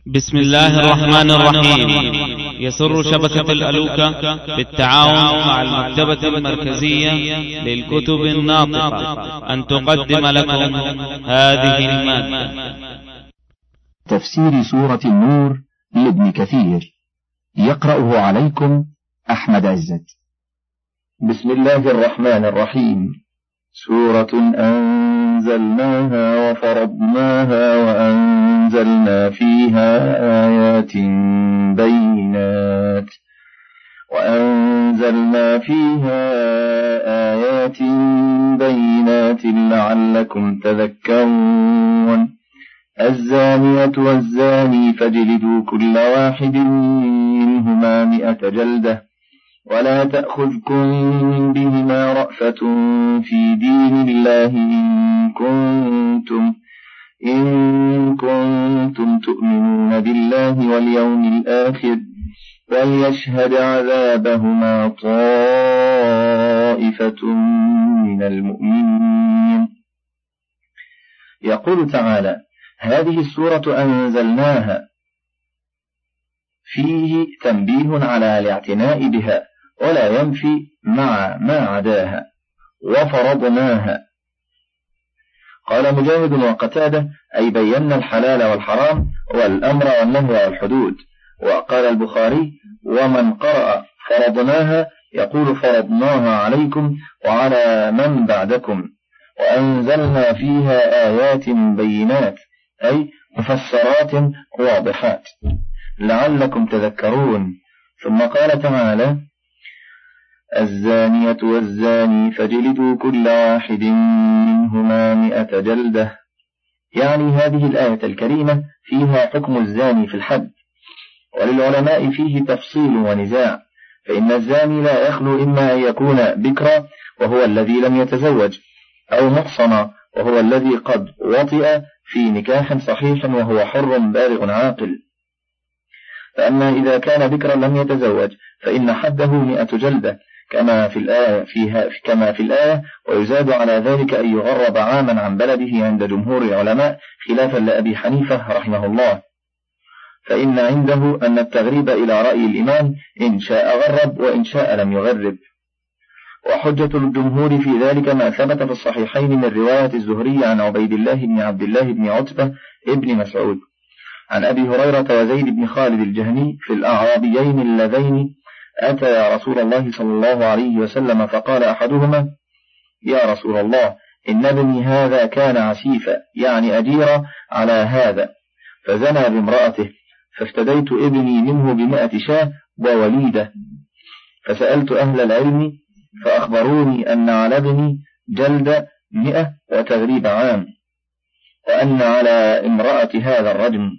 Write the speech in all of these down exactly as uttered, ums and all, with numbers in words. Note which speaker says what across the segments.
Speaker 1: بسم الله الرحمن الرحيم. يسر شبكة الألوكة بالتعاون مع المكتبة المركزية للكتب الناطقة أن تقدم لكم هذه المادة.
Speaker 2: تفسير سورة النور لابن كثير، يقرأه عليكم أحمد عزت.
Speaker 3: بسم الله الرحمن الرحيم. سورة أنزلناها وفرضناها وأنزلنا فيها آيات بينات وأنزلنا فيها آيات بينات لعلكم تذكرون. الزانية والزاني فاجلدوا كل واحد منهما مئة جلدة ولا تأخذكم بهما رأفة في دين الله إن كنتم, إن كنتم تؤمنون بالله واليوم الآخر وليشهد عذابهما طائفة من المؤمنين. يقول تعالى: هذه السورة أنزلناها، فيه تنبيه على الاعتناء بها ولا ينفي مع ما عداها. وفرضناها، قال مجاهد وقتادة: أي بينا الحلال والحرام والأمر والنهي والحدود. وقال البخاري: ومن قرأ فرضناها يقول فرضناها عليكم وعلى من بعدكم. وأنزلنا فيها آيات بينات، أي مفسرات واضحات لعلكم تذكرون. ثم قال تعالى: الزانية والزاني فاجلدوا كل واحد منهما مئة جلدة. يعني هذه الآية الكريمة فيها حكم الزاني في الحد، وللعلماء فيه تفصيل ونزاع، فإن الزاني لا يخلو إما أن يكون بكرا وهو الذي لم يتزوج، أو محصنا وهو الذي قد وطئ في نكاح صحيح وهو حر بالغ عاقل. فأما إذا كان بكرا لم يتزوج فإن حده مئة جلدة كما في الآية, فيها كما في الآية ويزاد على ذلك أن يغرب عاما عن بلده عند جمهور العلماء، خلافا لأبي حنيفة رحمه الله، فإن عنده أن التغريب إلى رأي الإمام إن شاء غرب وإن شاء لم يغرب. وحجة الجمهور في ذلك ما ثبت في الصحيحين من رواية الزهري عن عبيد الله بن عبد الله بن عتبة ابن مسعود عن أبي هريرة وزيد بن خالد الجهني في الأعرابيين اللذين أتى رسول الله صلى الله عليه وسلم فقال أحدهما: يا رسول الله، إن ابني هذا كان عسيفا، يعني أجيرا على هذا، فزنى بامرأته، فافتديت ابني منه بمائة شاة ووليدة، فسألت أهل العلم فأخبروني أن على ابني جلد مئة وتغريب عام، وأن على امرأة هذا الرجم.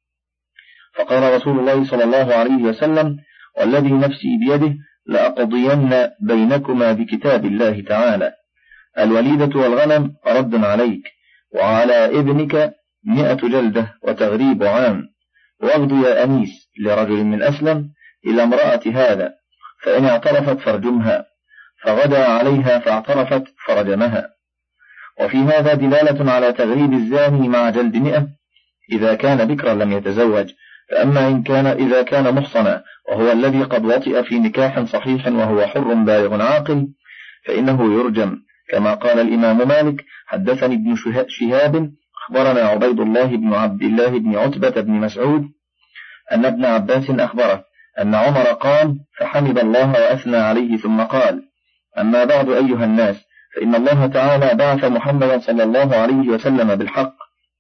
Speaker 3: فقال رسول الله صلى الله عليه وسلم: والذي نفسي بيده لأقضين بينكما بكتاب الله تعالى، الوليدة والغنم رد عليك، وعلى ابنك مئة جلدة وتغريب عام، واغد يا أنيس لرجل من أسلم إلى امرأة هذا، فإن اعترفت فارجمها، فغدا عليها فاعترفت فرجمها. وفي هذا دلالة على تغريب الزاني مع جلد مئة إذا كان بكرا لم يتزوج. فأما إن كان إذا كان محصنا وهو الذي قد وطئ في نكاح صحيح وهو حر بالغ عاقل فإنه يرجم، كما قال الإمام مالك: حدثني ابن شهاب أخبرنا عبيد الله بن عبد الله بن عتبة بن مسعود أن ابن عباس أخبره أن عمر قال فحمد الله وأثنى عليه ثم قال: أما بعد أيها الناس، فإن الله تعالى بعث محمدا صلى الله عليه وسلم بالحق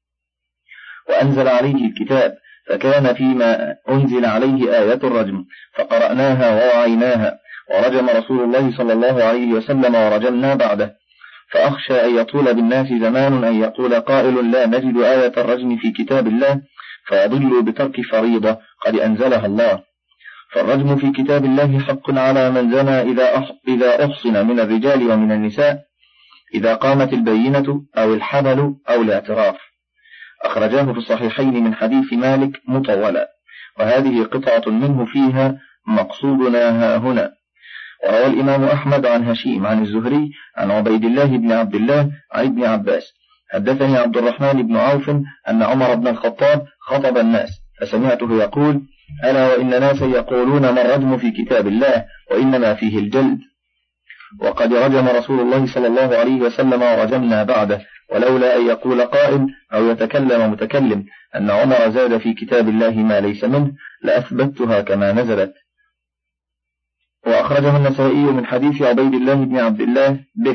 Speaker 3: وأنزل عليه الكتاب، فكان فيما أنزل عليه آية الرجم، فقرأناها ووعيناها، ورجم رسول الله صلى الله عليه وسلم ورجمنا بعده. فأخشى أن يطول بالناس زمان أن يقول قائل: لا نجد آية الرجم في كتاب الله، فيضل بترك فريضة قد أنزلها الله. فالرجم في كتاب الله حق على من زنى إذا أحصن من الرجال ومن النساء، إذا قامت البينة أو الحبل أو الاعتراف. أخرجاه في الصحيحين من حديث مالك مطولا، وهذه قطعة منه فيها مقصودنا ها هنا. وروى الإمام أحمد عن هشيم عن الزهري عن عبيد الله بن عبد الله عن ابن عباس حدثني عبد الرحمن بن عوف أن عمر بن الخطاب خطب الناس فسمعته يقول: ألا وإن ناسا يقولون ما الرجم في كتاب الله وإنما فيه الجلد، وقد رجم رسول الله صلى الله عليه وسلم ورجمنا بعده، ولولا أن يقول قائل أو يتكلم متكلم أن عمر زاد في كتاب الله ما ليس منه لأثبتها كما نزلت. وأخرجه النسائي من حديث عبيد الله بن عبد الله به.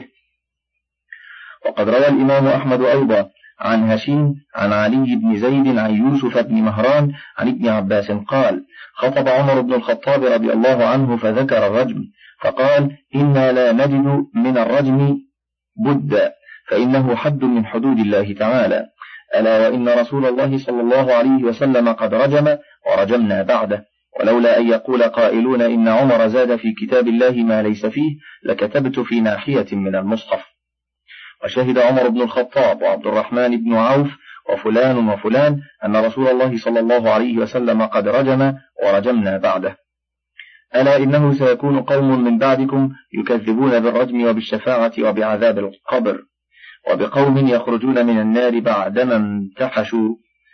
Speaker 3: وقد روى الإمام أحمد أيضا عن هشيم عن علي بن زيد عن يوسف بن مهران عن ابن عباس قال: خطب عمر بن الخطاب رضي الله عنه فذكر الرجم فقال: إنا لا نجد من الرجم بدا، فإنه حد من حدود الله تعالى، ألا وإن رسول الله صلى الله عليه وسلم قد رجم ورجمنا بعده، ولولا أن يقول قائلون إن عمر زاد في كتاب الله ما ليس فيه لكتبت في ناحية من المصحف. وشهد عمر بن الخطاب وعبد الرحمن بن عوف وفلان وفلان أن رسول الله صلى الله عليه وسلم قد رجم ورجمنا بعده. ألا إنه سيكون قوم من بعدكم يكذبون بالرجم وبالشفاعة وبعذاب القبر، وبقوم يخرجون من النار بعدما امتحشوا.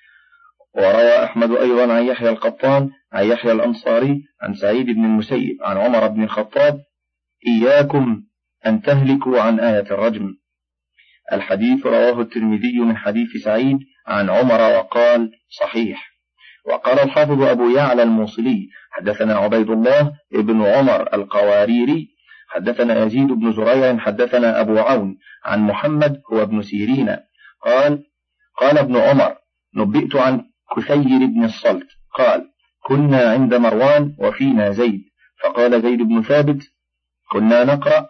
Speaker 3: وروى أحمد أيضا عن يحيى القطان عن يحيى الأنصاري عن سعيد بن المسيب عن عمر بن الخطاب: إياكم أن تهلكوا عن آية الرجم. الحديث رواه الترمذي من حديث سعيد عن عمر وقال: صحيح. وقال الحافظ أبو يعلى الموصلي: حدثنا عبيد الله ابن عمر القواريري حدثنا يزيد بن زريع حدثنا أبو عون عن محمد هو ابن سيرين قال: قال ابن عمر: نبئت عن كثير بن الصلت قال: كنا عند مروان وفينا زيد، فقال زيد بن ثابت: كنا نقرأ: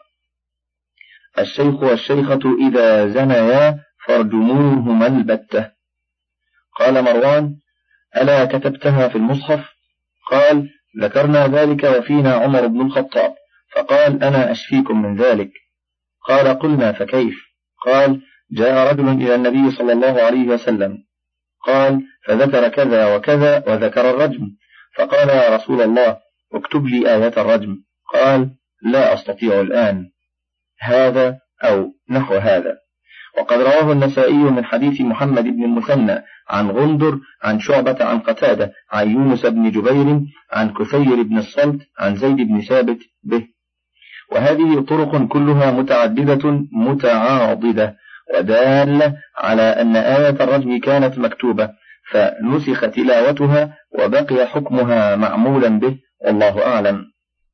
Speaker 3: الشيخ والشيخة إذا زنيا فارجموهما البتة. قال مروان: ألا كتبتها في المصحف؟ قال: ذكرنا ذلك وفينا عمر بن الخطاب، فقال: أنا أشفيكم من ذلك. قال: قلنا: فكيف؟ قال: جاء رجل إلى النبي صلى الله عليه وسلم قال: فذكر كذا وكذا وذكر الرجم، فقال: يا رسول الله اكتب لي آية الرجم. قال: لا أستطيع الآن، هذا أو نحو هذا. وقد رواه النسائي من حديث محمد بن المثنى عن غندر عن شعبة عن قتادة عن يونس بن جبير عن كثير بن الصلت عن زيد بن ثابت به. وهذه طرق كلها متعددة متعاضدة ودالة على أن آية الرجم كانت مكتوبة فنسخ تلاوتها وبقي حكمها معمولا به، والله أعلم.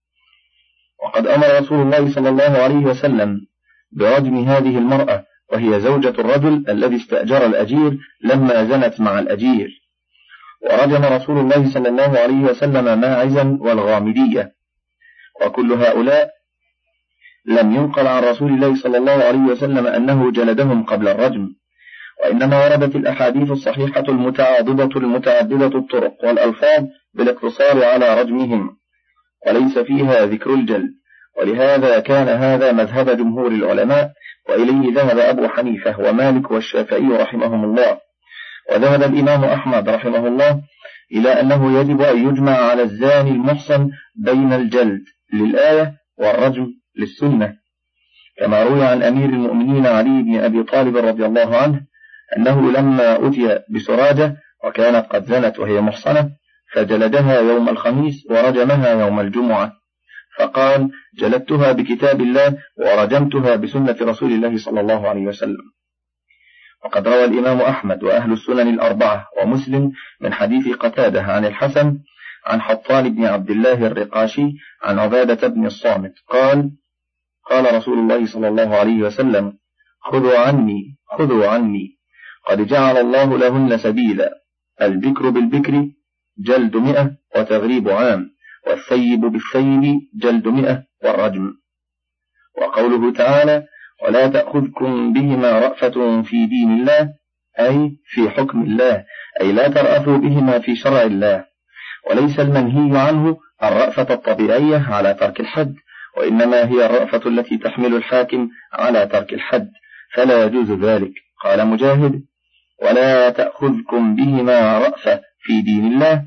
Speaker 3: وقد أمر رسول الله صلى الله عليه وسلم برجم هذه المرأة، وهي زوجة الرجل الذي استأجر الأجير لما زنت مع الأجير. ورجم رسول الله صلى الله عليه وسلم ماعزا والغامدية، وكل هؤلاء لم ينقل عن رسول الله صلى الله عليه وسلم أنه جلدهم قبل الرجم، وإنما وردت الأحاديث الصحيحة المتعاضدة المتعددة الطرق والألفاظ بالاقتصار على رجمهم، وليس فيها ذكر الجلد. ولهذا كان هذا مذهب جمهور العلماء، وإليه ذهب أبو حنيفة ومالك والشافعي رحمهم الله. وذهب الإمام أحمد رحمه الله إلى أنه يجب أن يجمع على الزاني المحصن بين الجلد للآية والرجم للسنة، كما روي عن أمير المؤمنين علي بن أبي طالب رضي الله عنه أنه لما أتي بسراجة وكانت قد زنت وهي محصنة فجلدها يوم الخميس ورجمها يوم الجمعة، فقال: جلدتها بكتاب الله ورجمتها بسنة رسول الله صلى الله عليه وسلم. وقد روى الإمام أحمد وأهل السنن الأربعة ومسلم من حديث قتادة عن الحسن عن حطان بن عبد الله الرقاشي عن عبادة بن الصامت قال: قال رسول الله صلى الله عليه وسلم: خذوا عني خذوا عني قد جعل الله لهن سبيلا، البكر بالبكر جلد مئة وتغريب عام، والثيب بالثيب جلد مئة والرجم. وقوله تعالى: ولا تأخذكم بهما رأفة في دين الله، أي في حكم الله، أي لا ترأفوا بهما في شرع الله. وليس المنهي عنه الرأفة الطبيعية على ترك الحد، وإنما هي الرأفة التي تحمل الحاكم على ترك الحد، فلا يجوز ذلك. قال مجاهد: ولا تأخذكم بهما رأفة في دين الله،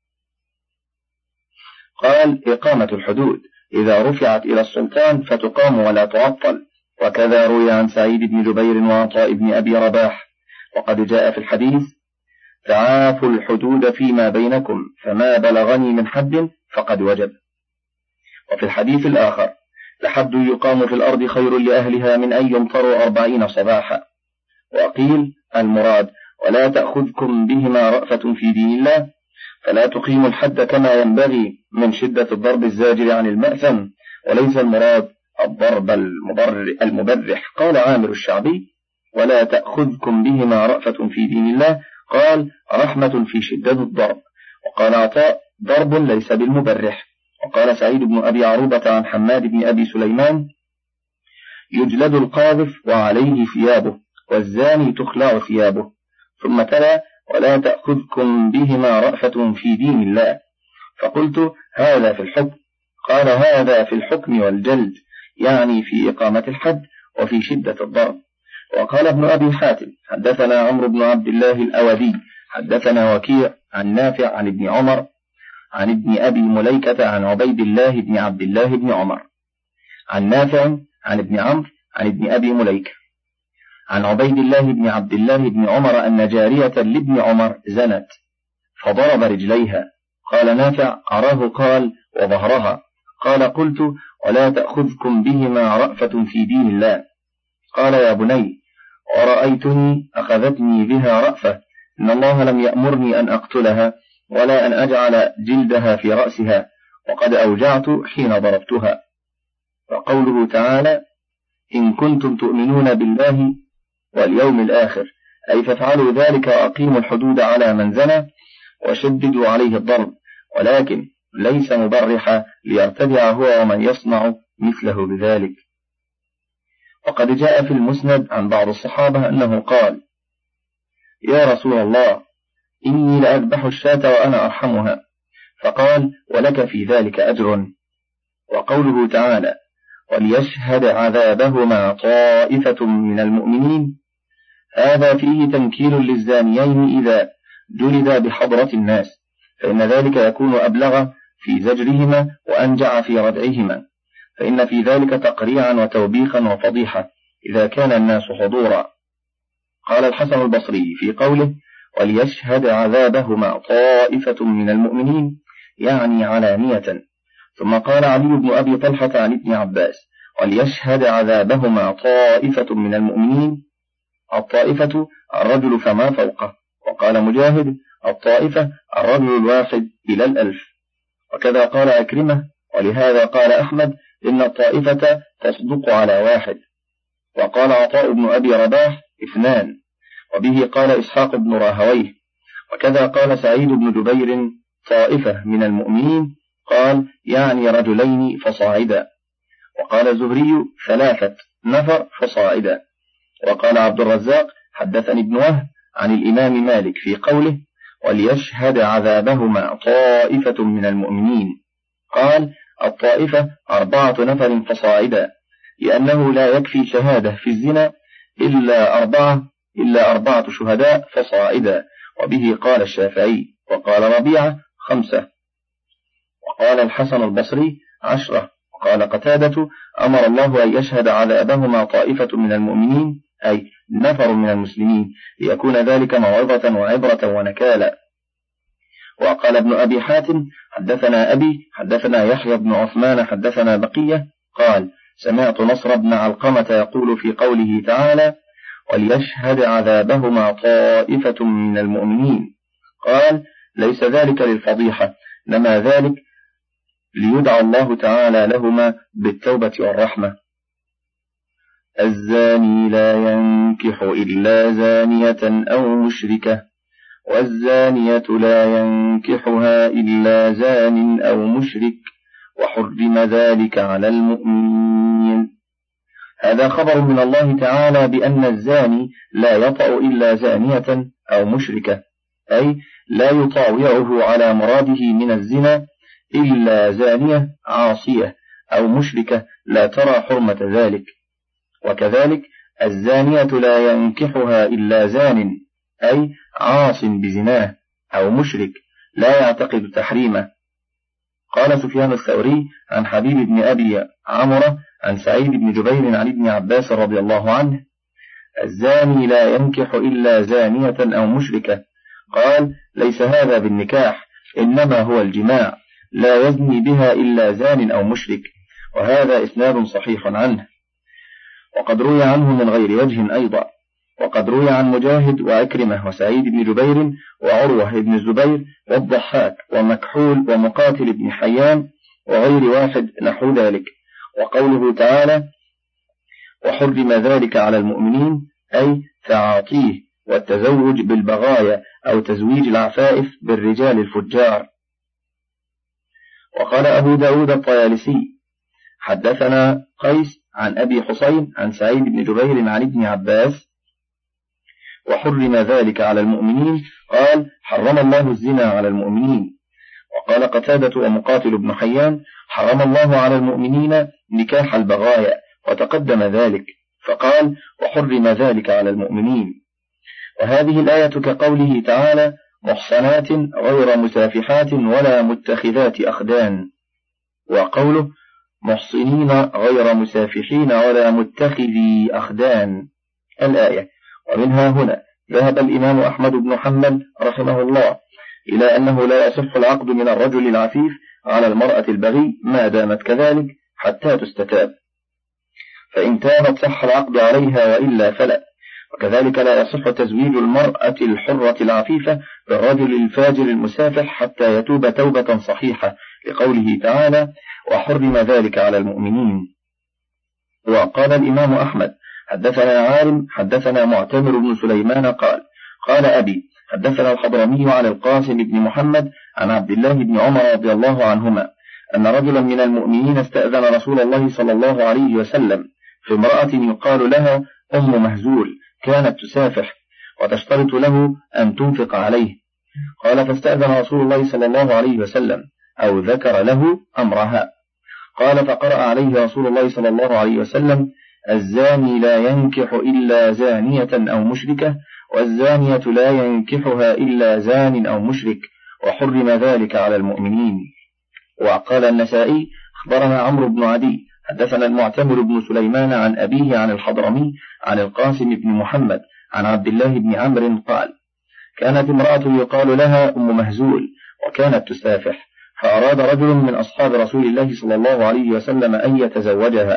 Speaker 3: قال: إقامة الحدود إذا رفعت إلى السلطان فتقام ولا تعطل. وكذا روي عن سعيد بن جبير وعطاء بن أبي رباح. وقد جاء في الحديث: تعافوا الحدود فيما بينكم، فما بلغني من حد فقد وجب. وفي الحديث الآخر: لحد يقام في الأرض خير لأهلها من أن يمطروا أربعين صباحا. وقيل المراد: ولا تأخذكم بهما رأفة في دين الله، فلا تقيموا الحد كما ينبغي من شدة الضرب الزاجر عن المأثم، وليس المراد الضرب المبرح. قال عامر الشعبي: ولا تأخذكم بهما رأفة في دين الله، قال: رحمة في شدة الضرب. وقال عطاء: ضرب ليس بالمبرح. وقال سعيد بن أبي عروبة عن حماد بن أبي سليمان: يجلد القاذف وعليه ثيابه، والزاني تخلع ثيابه. ثم تلا: ولا تأخذكم بهما رأفة في دين الله. فقلت: هذا في الحكم. قال: هذا في الحكم والجلد، يعني في إقامة الحد وفي شدة الضرب. وقال ابن أبي حاتم: حدثنا عمرو بن عبد الله الأودي حدثنا وكيع عن نافع عن ابن عمر عن ابن أبي مليكة عن عبيد الله بن عبد الله بن عمر عن نافع عن ابن عمرو عن ابن أبي مليكة عن عبيد الله بن عبد الله بن عمر أن جارية لابن عمر زنت فضرب رجليها. قال نافع: أراه قال وظهرها. قال: قلت: ولا تأخذكم بهما رأفة في دين الله. قال: يا بني، ورأيتني أخذتني بها رأفة، إن الله لم يأمرني أن أقتلها ولا أن أجعل جلدها في رأسها، وقد أوجعت حين ضربتها. وقوله تعالى: إن كنتم تؤمنون بالله واليوم الآخر، أي فافعلوا ذلك وأقيموا الحدود على من زنى وشددوا عليه الضرب، ولكن ليس مبرحا ليرتدع هو ومن يصنع مثله بذلك. وقد جاء في المسند عن بعض الصحابة أنه قال: يا رسول الله، إني لأذبح الشاة وأنا أرحمها، فقال: ولك في ذلك أجر. وقوله تعالى: وليشهد عذابهما طائفة من المؤمنين، هذا فيه تنكيل للزانيين إذا جلدا بحضرة الناس، فإن ذلك يكون أبلغ في زجرهما وأنجع في ردعهما، فإن في ذلك تقريعا وتوبيخا وفضيحة إذا كان الناس حضورا. قال الحسن البصري في قوله: وليشهد عذابهما طائفة من المؤمنين، يعني علانية. ثم قال علي بن أبي طلحة عن ابن عباس: وليشهد عذابهما طائفة من المؤمنين، الطائفة الرجل فما فوقه. وقال مجاهد: الطائفة الرجل الواحد إلى الألف. وكذا قال أكرمة، ولهذا قال أحمد: إن الطائفة تصدق على واحد. وقال عطاء بن أبي رباح: اثنان. وبه قال إسحاق بن راهويه. وكذا قال سعيد بن جبير: طائفة من المؤمنين، قال: يعني رجلين فصاعدا. وقال الزهري: ثلاثة نفر فصاعدا. وقال عبد الرزاق: حدثني ابن وهب عن الإمام مالك في قوله: وليشهد عذابهما طائفة من المؤمنين، قال: الطائفة أربعة نفر فصاعدا، لأنه لا يكفي شهادة في الزنا إلا أربعة إلا أربعة شهداء فصاعدا. وبه قال الشافعي. وقال ربيعة: خمسة. وقال الحسن البصري: عشرة. وقال قتادة: أمر الله أن يشهد عذابهما طائفة من المؤمنين، أي نفر من المسلمين، ليكون ذلك موعظة وعبرة ونكالا. وقال ابن أبي حاتم: حدثنا أبي حدثنا يحيى بن عثمان حدثنا بقية قال: سمعت نصر بن علقمة يقول في قوله تعالى: وليشهد عذابهما طائفة من المؤمنين، قال: ليس ذلك للفضيحة، إنما ذلك ليدعى الله تعالى لهما بالتوبة والرحمة. الزاني لا ينكح إلا زانية أو مشركة، والزانية لا ينكحها إلا زان أو مشرك، وحرم ذلك على المؤمنين. هذا خبر من الله تعالى بأن الزاني لا يطأ إلا زانية أو مشركة، أي لا يطاوعه على مراده من الزنا إلا زانية عاصية أو مشركة لا ترى حرمة ذلك. وكذلك الزانية لا ينكحها إلا زان، أي عاص بزناه، أو مشرك لا يعتقد تحريمه. قال سفيان الثوري عن حبيب بن أبي عمرة عن سعيد بن جبير عن ابن عباس رضي الله عنه: الزاني لا ينكح إلا زانية أو مشركة، قال ليس هذا بالنكاح، إنما هو الجماع، لا يزني بها إلا زان أو مشرك. وهذا إسناد صحيح عنه. وقد روي عنه من غير وجه أيضا. وقد روي عن مجاهد وأكرمة وسعيد بن جبير وعروة بن الزبير والضحاك ومكحول ومقاتل بن حيان وغير واحد نحو ذلك. وقوله تعالى وحرم ذلك على المؤمنين أي تعاطيه والتزوج بالبغايا أو تزويج العفائف بالرجال الفجار. وقال أبو داود الطيالسي حدثنا قيس عن أبي حسين عن سعيد بن جبير عن ابن عباس وحرم ذلك على المؤمنين قال حرم الله الزنا على المؤمنين. وقال قتادة ومقاتل بن حيان حرم الله على المؤمنين نكاح البغايا وتقدم ذلك فقال وحرم ذلك على المؤمنين. وهذه الآية كقوله تعالى محصنات غير مسافحات ولا متخذات أخدان، وقوله محصنين غير مسافحين ولا متخذي أخدان الآية. ومنها هنا ذهب الإمام أحمد بن حنبل رحمه الله إلى أنه لا يصح العقد من الرجل العفيف على المرأة البغي ما دامت كذلك حتى تستتاب، فإن تابت صح العقد عليها وإلا فلا. وكذلك لا يصح تزويج المرأة الحرة العفيفة بالرجل الفاجر المسافح حتى يتوب توبة صحيحة لقوله تعالى وحرم ذلك على المؤمنين. وقال الإمام أحمد حدثنا عالم حدثنا معتمر بن سليمان قال قال أبي حدثنا الحضرمي عن القاسم بن محمد عن عبد الله بن عمر رضي الله عنهما أن رجلا من المؤمنين استأذن رسول الله صلى الله عليه وسلم في امرأة يقال لها أم مهزول كانت تسافح وتشترط له أن تنفق عليه. قال فاستأذن رسول الله صلى الله عليه وسلم أو ذكر له أمرها. قال فقرأ عليه رسول الله صلى الله عليه وسلم الزاني لا ينكح إلا زانية أو مشركة والزانية لا ينكحها إلا زان أو مشرك وحرم ذلك على المؤمنين. وقال النسائي أخبرنا عمرو بن عدي حدثنا المعتمر بن سليمان عن أبيه عن الحضرمي عن القاسم بن محمد عن عبد الله بن عمرو قال كانت امرأة يقال لها أم مهزول وكانت تسافح، فأراد رجل من أصحاب رسول الله صلى الله عليه وسلم أن يتزوجها،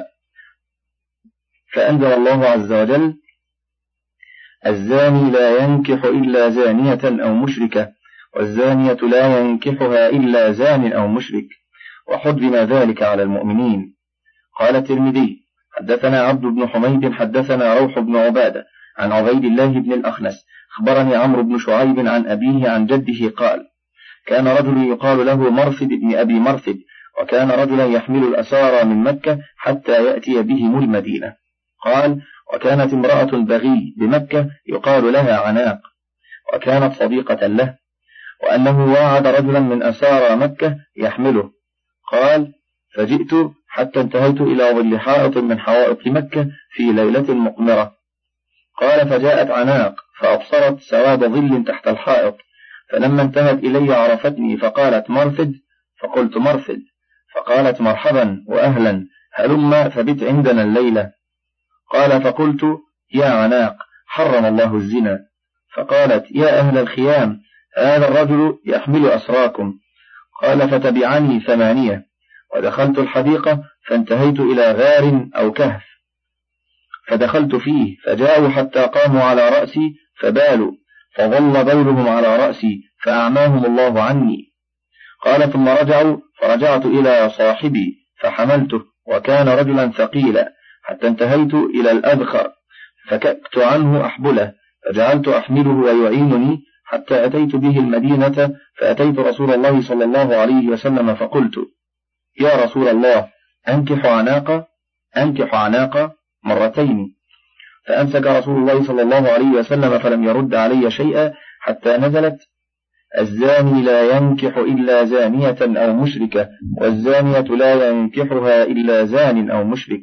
Speaker 3: فأنزل الله عز وجل الزاني لا ينكح إلا زانية أو مشركة والزانية لا ينكحها إلا زان أو مشرك وحرم ذلك على المؤمنين. قال الترمذي حدثنا عبد بن حميد حدثنا روح بن عبادة عن عبيد الله بن الأخنس أخبرني عمرو بن شعيب عن أبيه عن جده قال كان رجل يقال له مرثد بن أبي مرثد وكان رجلا يحمل الأسارى من مكة حتى يأتي بهم المدينة. قال وكانت امرأة بغي بمكة يقال لها عناق وكانت صديقة له وأنه واعد رجلا من أسارى مكة يحمله. قال فجئت حتى انتهيت إلى ظل حائط من حوائط مكة في ليلة مقمرة. قال فجاءت عناق فأبصرت سواد ظل تحت الحائط، فلما انتهت إلي عرفتني فقالت مرثد، فقلت مرثد، فقالت مرحبا وأهلا هلما فبت عندنا الليلة. قال فقلت يا عناق حرم الله الزنا. فقالت يا أهل الخيام هذا الرجل يحمل أسراكم. قال فتبعني ثمانية ودخلت الحديقة فانتهيت إلى غار أو كهف فدخلت فيه فجاءوا حتى قاموا على رأسي فبالوا فظل بولهم على رأسي فأعماهم الله عني. قال ثم رجعوا فرجعت إلى صاحبي فحملته وكان رجلا ثقيلا حتى انتهيت إلى الأذخر فكأت عنه أحبله فجعلت أحمله ويعينني حتى أتيت به المدينة فأتيت رسول الله صلى الله عليه وسلم فقلت يا رسول الله أنكح عناقة أنكح عناقة مرتين، فأمسك رسول الله صلى الله عليه وسلم فلم يرد علي شيئا حتى نزلت الزاني لا ينكح إلا زانية أو مشركة والزانية لا ينكحها إلا زان أو مشرك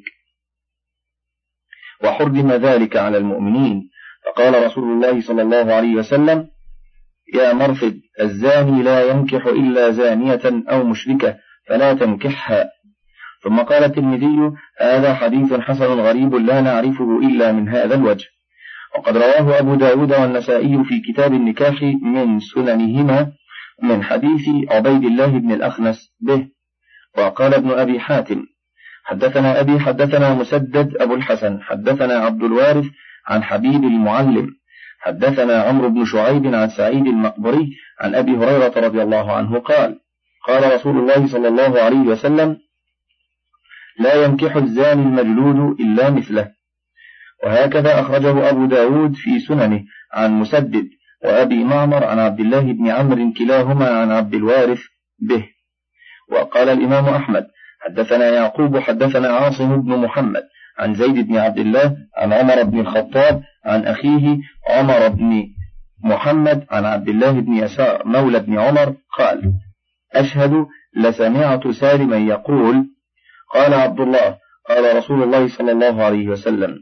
Speaker 3: وحرم ذلك على المؤمنين. فقال رسول الله صلى الله عليه وسلم يا مرثد الزاني لا ينكح إلا زانية أو مشركة فلا تنكحها. ثم قال الترمذي هذا حديث حسن غريب لا نعرفه إلا من هذا الوجه. وقد رواه أبو داود والنسائي في كتاب النكاح من سننهما من حديث عبيد الله بن الأخنس به. وقال ابن أبي حاتم حدثنا أبي حدثنا مسدد أبو الحسن حدثنا عبد الوارث عن حبيب المعلم حدثنا عمرو بن شعيب عن سعيد المقبري عن أبي هريرة رضي الله عنه قال قال رسول الله صلى الله عليه وسلم لا ينكح الزاني المجلود إلا مثله. وهكذا أخرجه أبو داود في سننه عن مسدد وأبي معمر عن عبد الله بن عمرو كلاهما عن عبد الوارث به. وقال الإمام أحمد حدثنا يعقوب حدثنا عاصم بن محمد عن زيد بن عبد الله عن عمر بن الخطاب عن أخيه عمر بن محمد عن عبد الله بن يسار مولى بن عمر قال أشهد لسمعت سالما يقول قال عبد الله قال رسول الله صلى الله عليه وسلم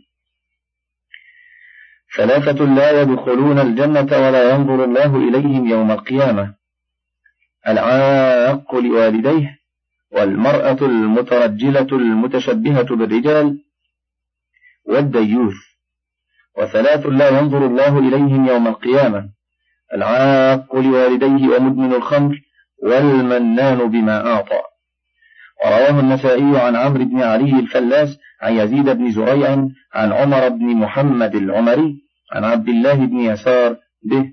Speaker 3: ثلاثة لا يدخلون الجنة ولا ينظر الله إليهم يوم القيامة العاق لوالديه والمرأة المترجلة المتشبهة بالرجال والديوث. وثلاث لا ينظر الله إليهم يوم القيامة العاق لوالديه ومدمن الخمر والمنان بما أعطى. ورواه النسائي عن عمرو بن علي الفلاس عن يزيد بن زريع عن عمر بن محمد العمري عن عبد الله بن يسار به.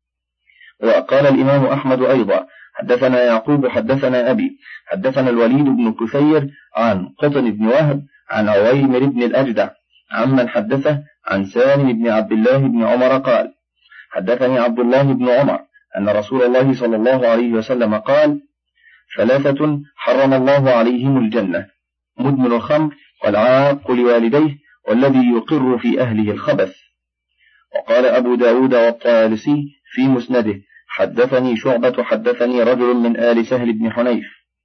Speaker 3: وقال الإمام أحمد أيضا حدثنا يعقوب حدثنا أبي حدثنا الوليد بن كثير عن قطن بن وهب عن عويمر بن الأجدع عمن حدثه عن سالم بن عبد الله بن عمر قال حدثني عبد الله بن عمر أن رسول الله صلى الله عليه وسلم قال ثلاثة حرم الله عليهم الجنة مدمن الخمر والعاق لوالديه والذي يقر في أهله الخبث. وقال أبو داود والطيالسي في مسنده حدثني شعبة حدثني رجل من آل سهل بن حنيف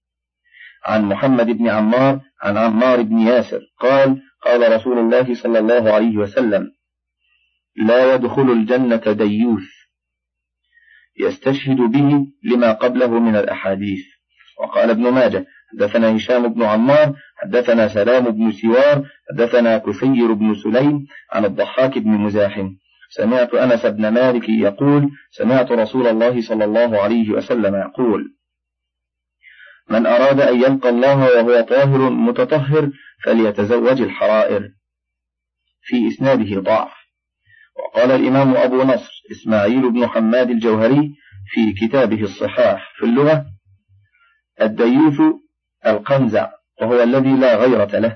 Speaker 3: عن محمد بن عمار عن عمار بن ياسر قال قال رسول الله صلى الله عليه وسلم لا يدخل الجنة ديوث يستشهد به لما قبله من الأحاديث. وقال ابن ماجه حدثنا هشام بن عمار حدثنا سلام بن سوار حدثنا كثير بن سليم عن الضحاك بن مزاحم سمعت أنس بن مالك يقول سمعت رسول الله صلى الله عليه وسلم يقول من أراد أن يلقى الله وهو طاهر متطهر فليتزوج الحرائر. في إسناده ضعف. وقال الإمام أبو نصر إسماعيل بن حماد الجوهري في كتابه الصحاح في اللغة الديوث القنزع وهو الذي لا غيرة له.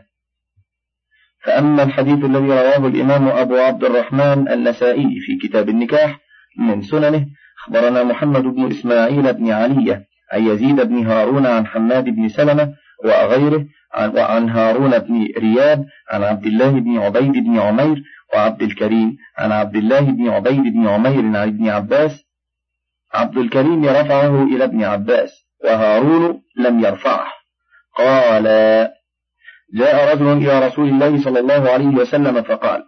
Speaker 3: فأما الحديث الذي رواه الإمام أبو عبد الرحمن النسائي في كتاب النكاح من سننه أخبرنا محمد بن إسماعيل بن علية عن يزيد بن هارون عن حماد بن سلمة وغيره وعن هارون بن رياب عن عبد الله بن عبيد بن عمير وعبد الكريم عن عبد الله بن عبيد بن عمير عن ابن عباس. عبد الكريم رفعه إلى ابن عباس وهارون لم يرفعه. قال جاء رجل إلى رسول الله صلى الله عليه وسلم فقال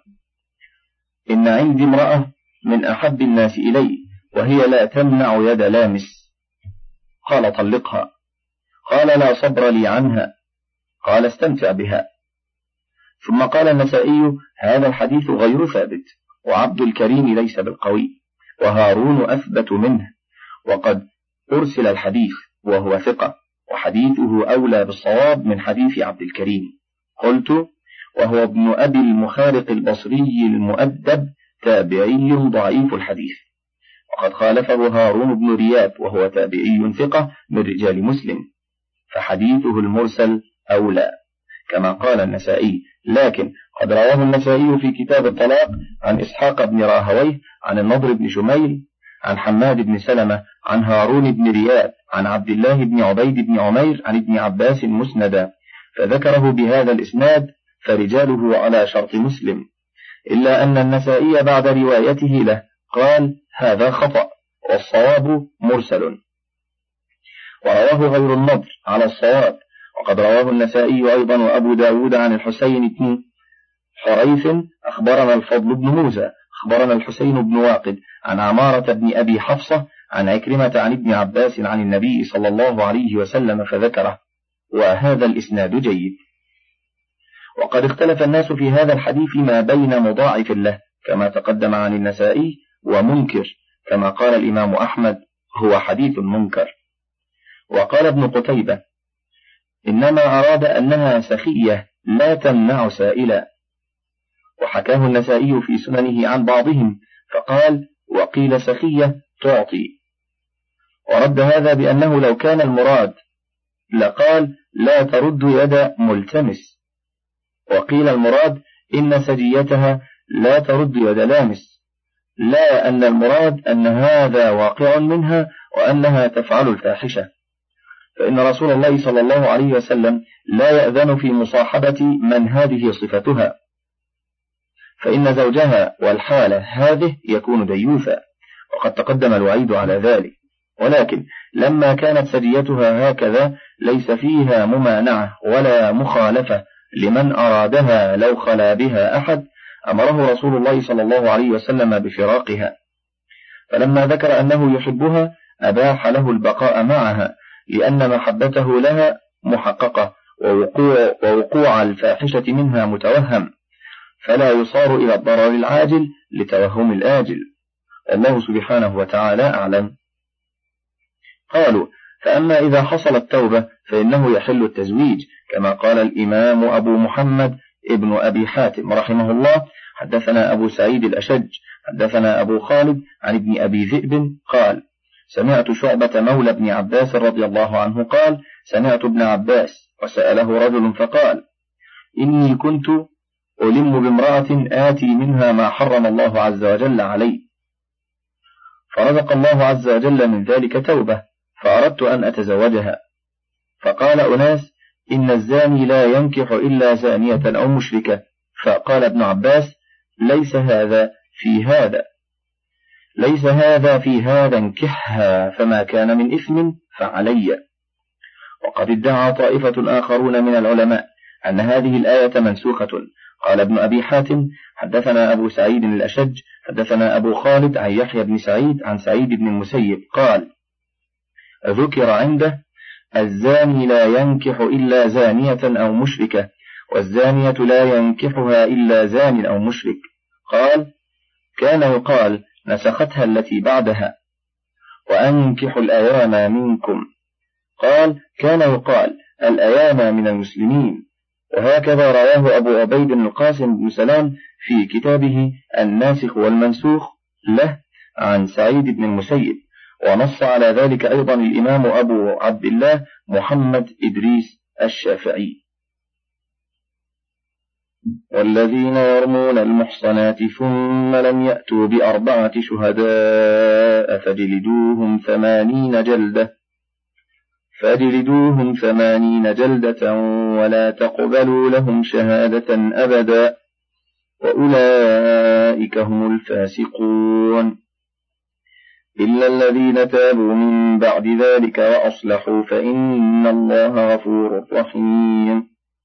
Speaker 3: إن عندي امرأة من أحب الناس إلي وهي لا تمنع يد لامس. قال طلقها. قال لا صبر لي عنها. قال استمتع بها. ثم قال النسائي هذا الحديث غير ثابت وعبد الكريم ليس بالقوي وهارون أثبت منه وقد أرسل الحديث وهو ثقة وحديثه أولى بالصواب من حديث عبد الكريم. قلت وهو ابن أبي المخارق البصري المؤدب تابعي ضعيف الحديث وقد خالفه هارون بن رياب وهو تابعي ثقة من رجال مسلم فحديثه المرسل أولى كما قال النسائي. لكن قد رواه النسائي في كتاب الطلاق عن إسحاق بن راهويه عن النضر بن شميل عن حماد بن سلمة عن هارون بن رياب عن عبد الله بن عبيد بن عمير عن ابن عباس مسندا فذكره بهذا الإسناد فرجاله على شرط مسلم إلا أن النسائي بعد روايته له قال هذا خطأ والصواب مرسل. ورواه غير النضر على الصواب وقد رواه النسائي أيضا وأبو داود عن الحسين بن حريث أخبرنا الفضل بن موسى أخبرنا الحسين بن واقد عن عمارة بن أبي حفصة عن عكرمة عن ابن عباس عن النبي صلى الله عليه وسلم فذكره وهذا الإسناد جيد. وقد اختلف الناس في هذا الحديث ما بين مضاعف له كما تقدم عن النسائي، ومنكر كما قال الإمام أحمد هو حديث منكر. وقال ابن قتيبة إنما أراد أنها سخية لا تمنع سائلا، وحكاه النسائي في سننه عن بعضهم فقال وقيل سخية تعطي، ورد هذا بأنه لو كان المراد لقال لا ترد يد ملتمس، وقيل المراد إن سجيتها لا ترد يد لامس، لا أن المراد أن هذا واقع منها وأنها تفعل الفاحشة، فإن رسول الله صلى الله عليه وسلم لا يأذن في مصاحبة من هذه صفتها، فإن زوجها والحالة هذه يكون ديوثا، وقد تقدم الوعيد على ذلك. ولكن لما كانت سجيتها هكذا ليس فيها ممانعة ولا مخالفة لمن أرادها لو خلا بها أحد، أمره رسول الله صلى الله عليه وسلم بفراقها، فلما ذكر أنه يحبها أباح له البقاء معها، لأن محبته لها محققة ووقوع, ووقوع الفاحشة منها متوهم، فلا يصار إلى الضرر العاجل لتوهم الآجل. الله سبحانه وتعالى أعلم. قالوا فأما إذا حصل التوبة فإنه يحل التزويج، كما قال الإمام أبو محمد ابن أبي حاتم رحمه الله حدثنا أبو سعيد الأشج حدثنا أبو خالد عن ابن أبي ذئب قال سمعت شعبة مولى ابن عباس رضي الله عنه قال سمعت ابن عباس وسأله رجل فقال إني كنت ألم بامرأة آتي منها ما حرم الله عز وجل علي، فرزق الله عز وجل من ذلك توبة، فأردت أن أتزوجها، فقال أناس إن الزاني لا ينكح إلا زانية أو مشركة، فقال ابن عباس ليس هذا في هذا ليس هذا في هذا انكحها، فما كان من إثم فعلي. وقد ادعى طائفة آخرون من العلماء أن هذه الآية منسوخة. قال ابن أبي حاتم حدثنا أبو سعيد الأشج حدثنا أبو خالد عن يحيى بن سعيد عن سعيد بن المسيب قال ذكر عنده الزاني لا ينكح إلا زانية أو مشركة، والزانية لا ينكحها إلا زان أو مشرك. قال كان يقال نسختها التي بعدها وأنكحوا الأيام منكم، قال كان يقال الأيام من المسلمين. وهكذا رواه أبو عبيد القاسم بن سلام في كتابه الناسخ والمنسوخ له عن سعيد بن المسيب، ونص على ذلك أيضا الإمام أبو عبد الله محمد إدريس الشافعي. والذين يرمون المحصنات ثم لم يأتوا بأربعة شهداء فجلدوهم ثمانين جلدة فجلدوهم ثمانين جلدة ولا تقبلوا لهم شهادة أبدا وأولئك هم الفاسقون إلا الذين تابوا من بعد ذلك وأصلحوا فإن الله غفور رحيم.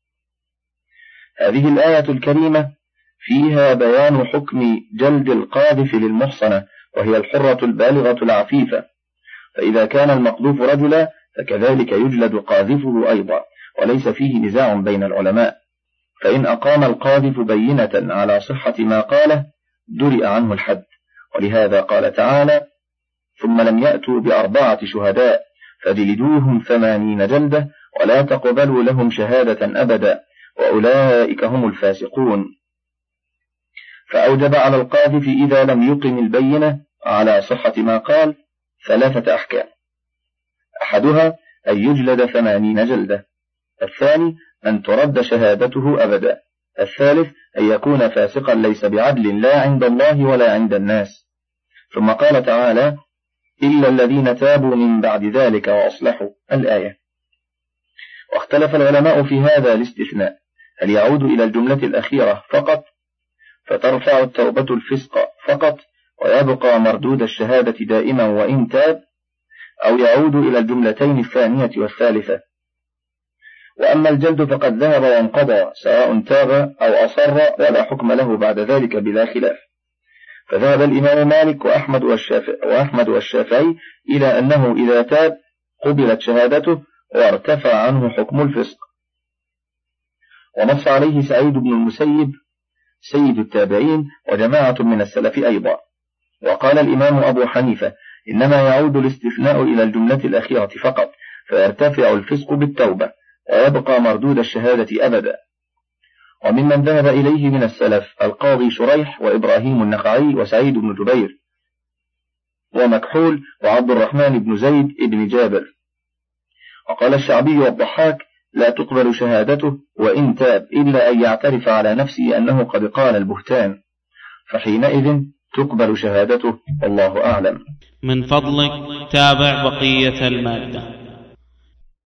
Speaker 3: هذه الآية الكريمة فيها بيان حكم جلد القاذف للمحصنة، وهي الحرة البالغة العفيفة، فإذا كان المقذوف رجلا فكذلك يجلد قاذفه أيضا، وليس فيه نزاع بين العلماء، فإن أقام القاذف بينة على صحة ما قاله درئ عنه الحد، ولهذا قال تعالى ثم لم يأتوا بأربعة شهداء فجلدوهم ثمانين جلدة ولا تقبلوا لهم شهادة أبدا وأولئك هم الفاسقون. فأوجب على القاذف إذا لم يقم البينة على صحة ما قال ثلاثة أحكام: أحدها أن يجلد ثمانين جلدة، الثاني أن ترد شهادته أبدا، الثالث أن يكون فاسقا ليس بعدل لا عند الله ولا عند الناس. ثم قال تعالى إلا الذين تابوا من بعد ذلك وأصلحوا الآية. واختلف العلماء في هذا الاستثناء، هل يعود إلى الجملة الأخيرة فقط فترفع التوبة الفسق فقط ويبقى مردود الشهادة دائما وإن تاب، أو يعود إلى الجملتين الثانية والثالثة. وأما الجلد فقد ذهب وانقضى سواء تاب أو أصر ولا حكم له بعد ذلك بلا خلاف. فذهب الإمام مالك وأحمد والشافعي, وأحمد والشافعي إلى أنه إذا تاب قبلت شهادته وارتفع عنه حكم الفسق. ونص عليه سعيد بن المسيب سيد التابعين وجماعة من السلف أيضا. وقال الإمام أبو حنيفة إنما يعود الاستثناء إلى الجملة الأخيرة فقط، فيرتفع الفسق بالتوبة ويبقى مردود الشهادة أبدا. وممن ذهب إليه من السلف القاضي شريح وإبراهيم النخعي وسعيد بن جبير ومكحول وعبد الرحمن بن زيد بن جابر. وقال الشعبي والضحاك لا تقبل شهادته وإن تاب إلا أن يعترف على نفسه أنه قد قال البهتان، فحينئذ تقبل شهادته والله أعلم.
Speaker 1: من فضلك تابع بقية المادة.